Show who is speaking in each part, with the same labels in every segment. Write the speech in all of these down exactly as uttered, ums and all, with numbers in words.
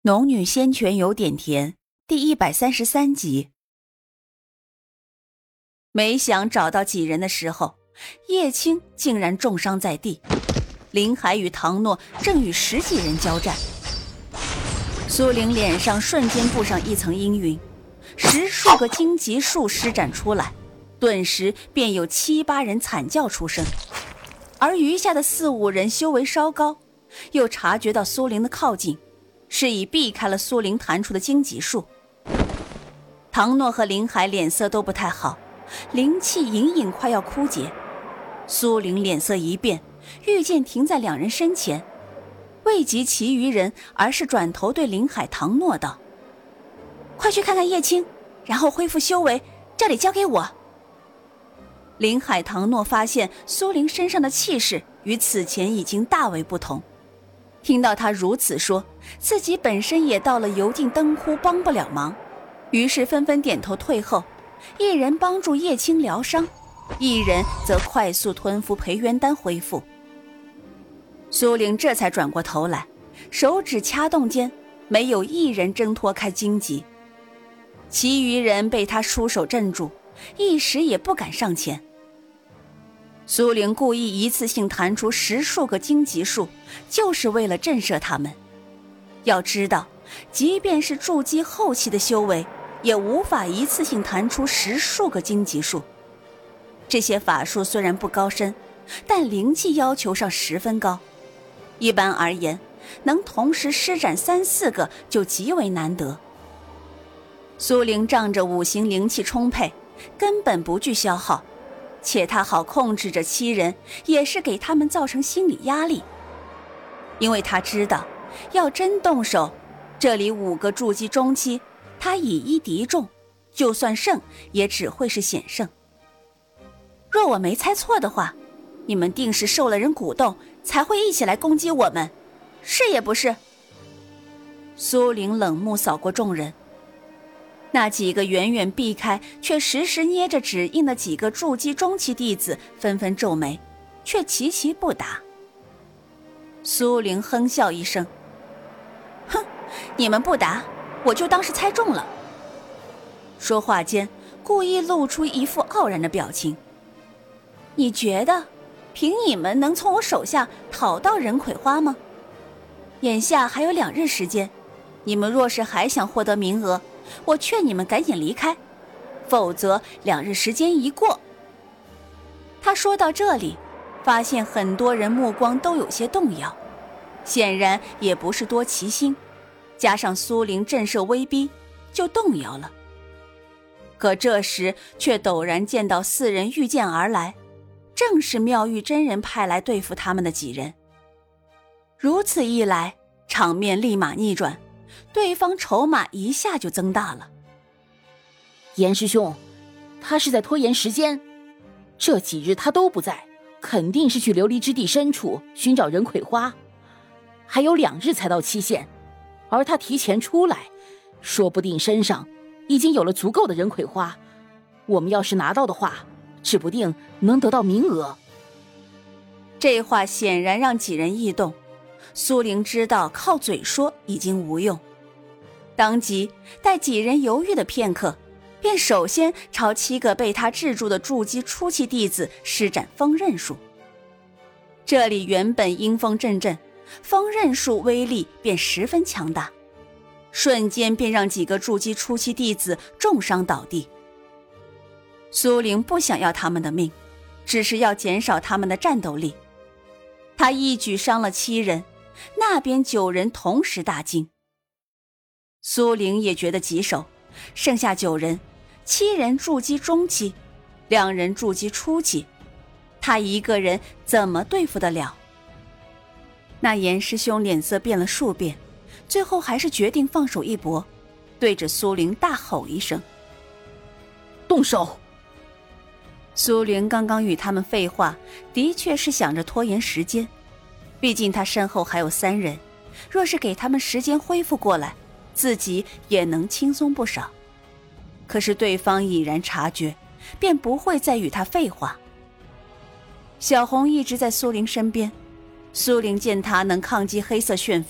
Speaker 1: 农女仙泉有点甜第一百三十三集。没想找到几人的时候，叶青竟然重伤在地，林海与唐诺正与十几人交战。苏玲脸上瞬间布上一层阴云，十数个荆棘树施展出来，顿时便有七八人惨叫出声。而余下的四五人修为稍高，又察觉到苏玲的靠近，是以避开了苏玲弹出的荆棘树。唐诺和林海脸色都不太好，灵气隐隐快要枯竭。苏玲脸色一变，御剑停在两人身前，未及其余人，而是转头对林海、唐诺道：快去看看叶青，然后恢复修为，这里交给我。林海、唐诺发现苏玲身上的气势与此前已经大为不同，听到他如此说，自己本身也到了油尽灯枯，帮不了忙，于是纷纷点头退后，一人帮助叶青疗伤，一人则快速吞服培元丹恢复。苏玲这才转过头来，手指掐动间，没有一人挣脱开荆棘，其余人被他出手镇住，一时也不敢上前。苏玲故意一次性弹出十数个荆棘树，就是为了震慑他们。要知道，即便是筑基后期的修为，也无法一次性弹出十数个荆棘树。这些法术虽然不高深，但灵气要求上十分高。一般而言，能同时施展三四个就极为难得。苏玲仗着五行灵气充沛，根本不惧消耗，且他好控制着七人，也是给他们造成心理压力。因为他知道，要真动手，这里五个筑基中期，他以一敌众，就算胜也只会是险胜。若我没猜错的话，你们定是受了人鼓动，才会一起来攻击我们，是也不是？苏玲冷目扫过众人，那几个远远避开却时时捏着指印的几个筑基中期弟子纷纷皱眉，却齐齐不答。苏玲哼笑一声，哼，你们不答，我就当是猜中了。说话间，故意露出一副傲然的表情。你觉得凭你们能从我手下讨到人葵花吗？眼下还有两日时间，你们若是还想获得名额，我劝你们赶紧离开，否则两日时间一过。他说到这里，发现很多人目光都有些动摇，显然也不是多齐心，加上苏玲震慑威逼，就动摇了。可这时却陡然见到四人御剑而来，正是妙玉真人派来对付他们的几人。如此一来，场面立马逆转，对方筹码一下就增大了。
Speaker 2: 严师兄，他是在拖延时间，这几日他都不在，肯定是去琉璃之地深处寻找人葵花，还有两日才到期限，而他提前出来，说不定身上已经有了足够的人葵花，我们要是拿到的话，指不定能得到名额。
Speaker 1: 这话显然让几人异动，苏玲知道靠嘴说已经无用，当即待几人犹豫的片刻，便首先朝七个被他制住的筑基初期弟子施展锋刃术。这里原本阴风阵阵，锋刃术威力便十分强大，瞬间便让几个筑基初期弟子重伤倒地。苏玲不想要他们的命，只是要减少他们的战斗力。他一举伤了七人，那边九人同时大惊。苏玲也觉得棘手，剩下九人，七人筑基中期，两人筑基初期，他一个人怎么对付得了？那严师兄脸色变了数遍，最后还是决定放手一搏，对着苏玲大吼一声：
Speaker 2: 动手！
Speaker 1: 苏玲刚刚与他们废话，的确是想着拖延时间，毕竟他身后还有三人，若是给他们时间恢复过来，自己也能轻松不少。可是对方已然察觉，便不会再与他废话。小红一直在苏玲身边，苏玲见他能抗击黑色旋风，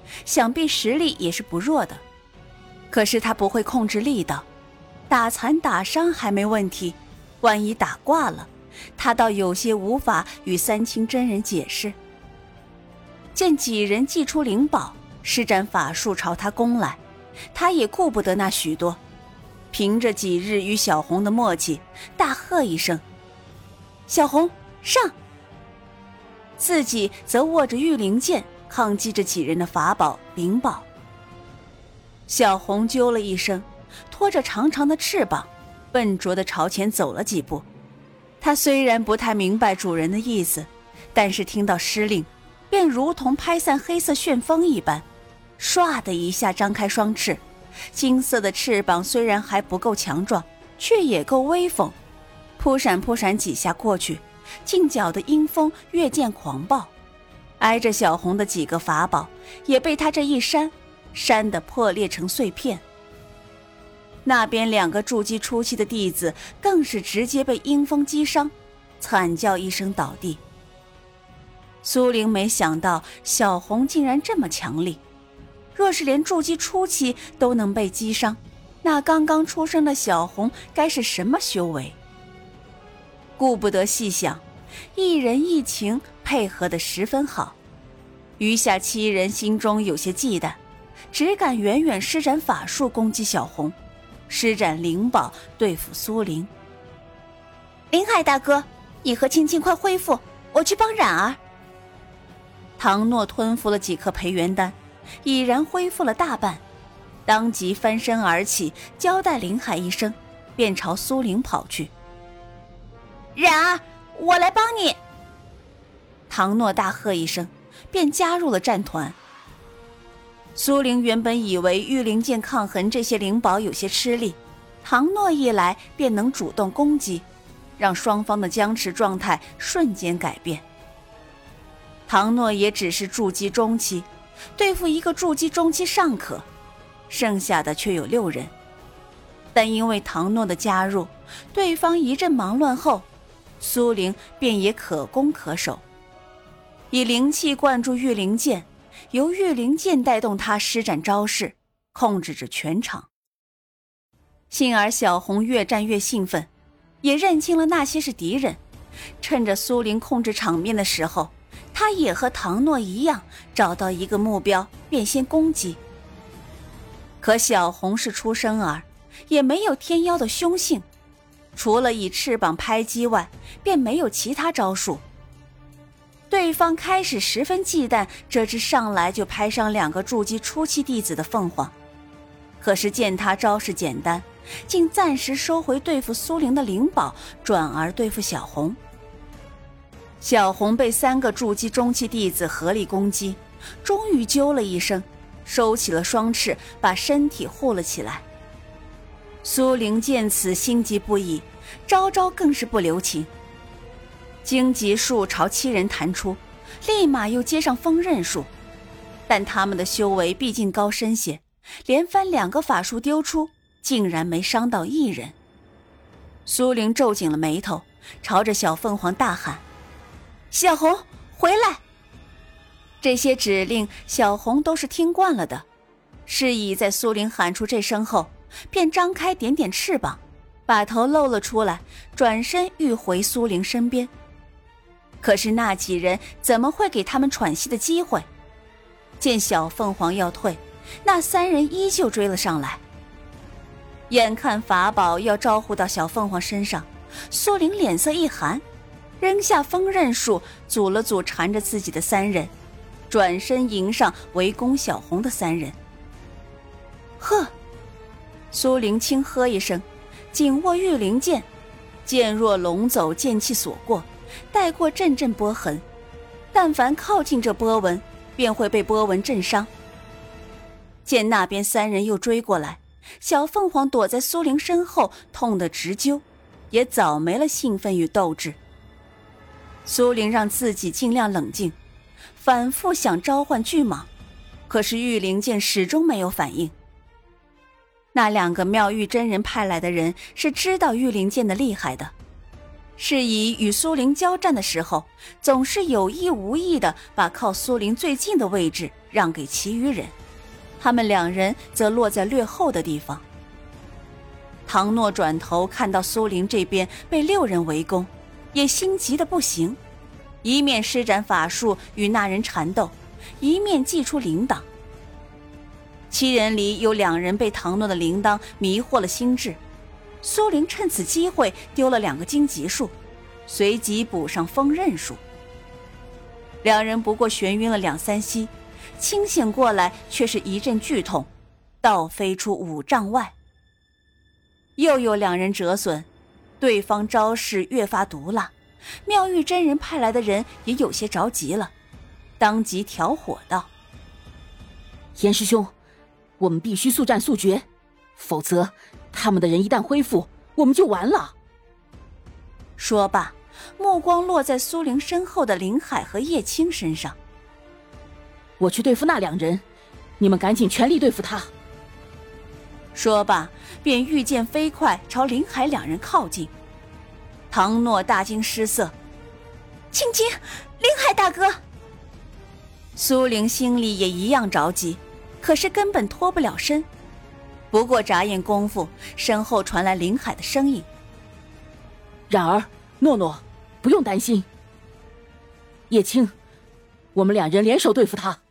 Speaker 1: 想必实力也是不弱的。可是他不会控制力道，打残打伤还没问题，万一打挂了，他倒有些无法与三清真人解释。见几人祭出灵宝，施展法术朝他攻来，他也顾不得那许多，凭着几日与小红的默契，大喝一声：小红上！自己则握着玉灵剑抗击着几人的法宝灵宝。小红啾了一声，拖着长长的翅膀，笨拙地朝前走了几步。他虽然不太明白主人的意思，但是听到施令，便如同拍散黑色旋风一般，唰的一下张开双翅。金色的翅膀虽然还不够强壮，却也够威风，扑闪扑闪几下过去，劲脚的阴风越见狂暴，挨着小红的几个法宝也被他这一扇，扇得破裂成碎片。那边两个筑基初期的弟子更是直接被阴风击伤，惨叫一声倒地。苏玲没想到小红竟然这么强力，若是连筑基初期都能被击伤，那刚刚出生的小红该是什么修为？顾不得细想，一人一情配合得十分好。余下七人心中有些忌惮，只敢远远施展法术攻击小红，施展灵宝对付苏玲。林海大哥，你和青青快恢复，我去帮冉儿。唐诺吞服了几颗培元丹，已然恢复了大半，当即翻身而起，交代林海一声，便朝苏玲跑去。冉儿，我来帮你！唐诺大喝一声，便加入了战团。苏玲原本以为玉灵剑抗衡这些灵宝有些吃力，唐诺一来便能主动攻击，让双方的僵持状态瞬间改变。唐诺也只是筑基中期，对付一个筑基中期尚可，剩下的却有六人。但因为唐诺的加入，对方一阵忙乱后，苏玲便也可攻可守，以灵气灌注玉灵剑，由玉灵剑带动他施展招式，控制着全场。幸而小红越战越兴奋，也认清了那些是敌人，趁着苏玲控制场面的时候，他也和唐诺一样，找到一个目标便先攻击。可小红是出生儿，也没有天妖的凶性，除了以翅膀拍击外，便没有其他招数。对方开始十分忌惮这只上来就拍上两个筑基初期弟子的凤凰，可是见他招式简单，竟暂时收回对付苏玲的灵宝，转而对付小红。小红被三个筑基中期弟子合力攻击，终于啾了一声，收起了双翅，把身体护了起来。苏玲见此心急不已，招招更是不留情。荆棘术朝七人弹出，立马又接上锋刃术，但他们的修为毕竟高深些，连番两个法术丢出，竟然没伤到一人。苏玲皱紧了眉头，朝着小凤凰大喊：小红回来！这些指令小红都是听惯了的，示意在苏玲喊出这声后，便张开点点翅膀，把头露了出来，转身欲回苏玲身边。可是那几人怎么会给他们喘息的机会？见小凤凰要退，那三人依旧追了上来。眼看法宝要招呼到小凤凰身上，苏玲脸色一寒，扔下锋刃术，阻了阻缠着自己的三人，转身迎上围攻小红的三人。呵！苏玲轻喝一声，紧握玉灵剑，剑若龙走，剑气所过，带过阵阵波痕，但凡靠近这波纹，便会被波纹震伤。见那边三人又追过来，小凤凰躲在苏玲身后，痛得直揪，也早没了兴奋与斗志。苏玲让自己尽量冷静，反复想召唤巨蟒，可是玉灵剑始终没有反应。那两个妙玉真人派来的人是知道玉灵剑的厉害的， 是以与苏玲交战的时候，总是有意无意地把靠苏玲最近的位置让给其余人，他们两人则落在略后的地方。唐诺转头看到苏玲这边被六人围攻，也心急得不行，一面施展法术与那人缠斗，一面祭出铃铛。七人里有两人被唐诺的铃铛迷惑了心智，苏玲趁此机会丢了两个荆棘树，随即补上锋刃术。两人不过眩晕了两三息，清醒过来却是一阵剧痛，倒飞出五丈外。又有两人折损，对方招式越发毒辣，妙玉真人派来的人也有些着急了，当即挑火道：
Speaker 2: 严师兄，我们必须速战速决，否则他们的人一旦恢复，我们就完了。
Speaker 1: 说罢，目光落在苏玲身后的林海和叶青身上。
Speaker 2: 我去对付那两人，你们赶紧全力对付他。
Speaker 1: 说罢，便御剑飞快朝林海两人靠近。唐诺大惊失色：青青，林海大哥！苏玲心里也一样着急，可是根本脱不了身。不过眨眼功夫，身后传来林海的声音：
Speaker 2: 然而诺诺不用担心，叶青，我们两人联手对付他。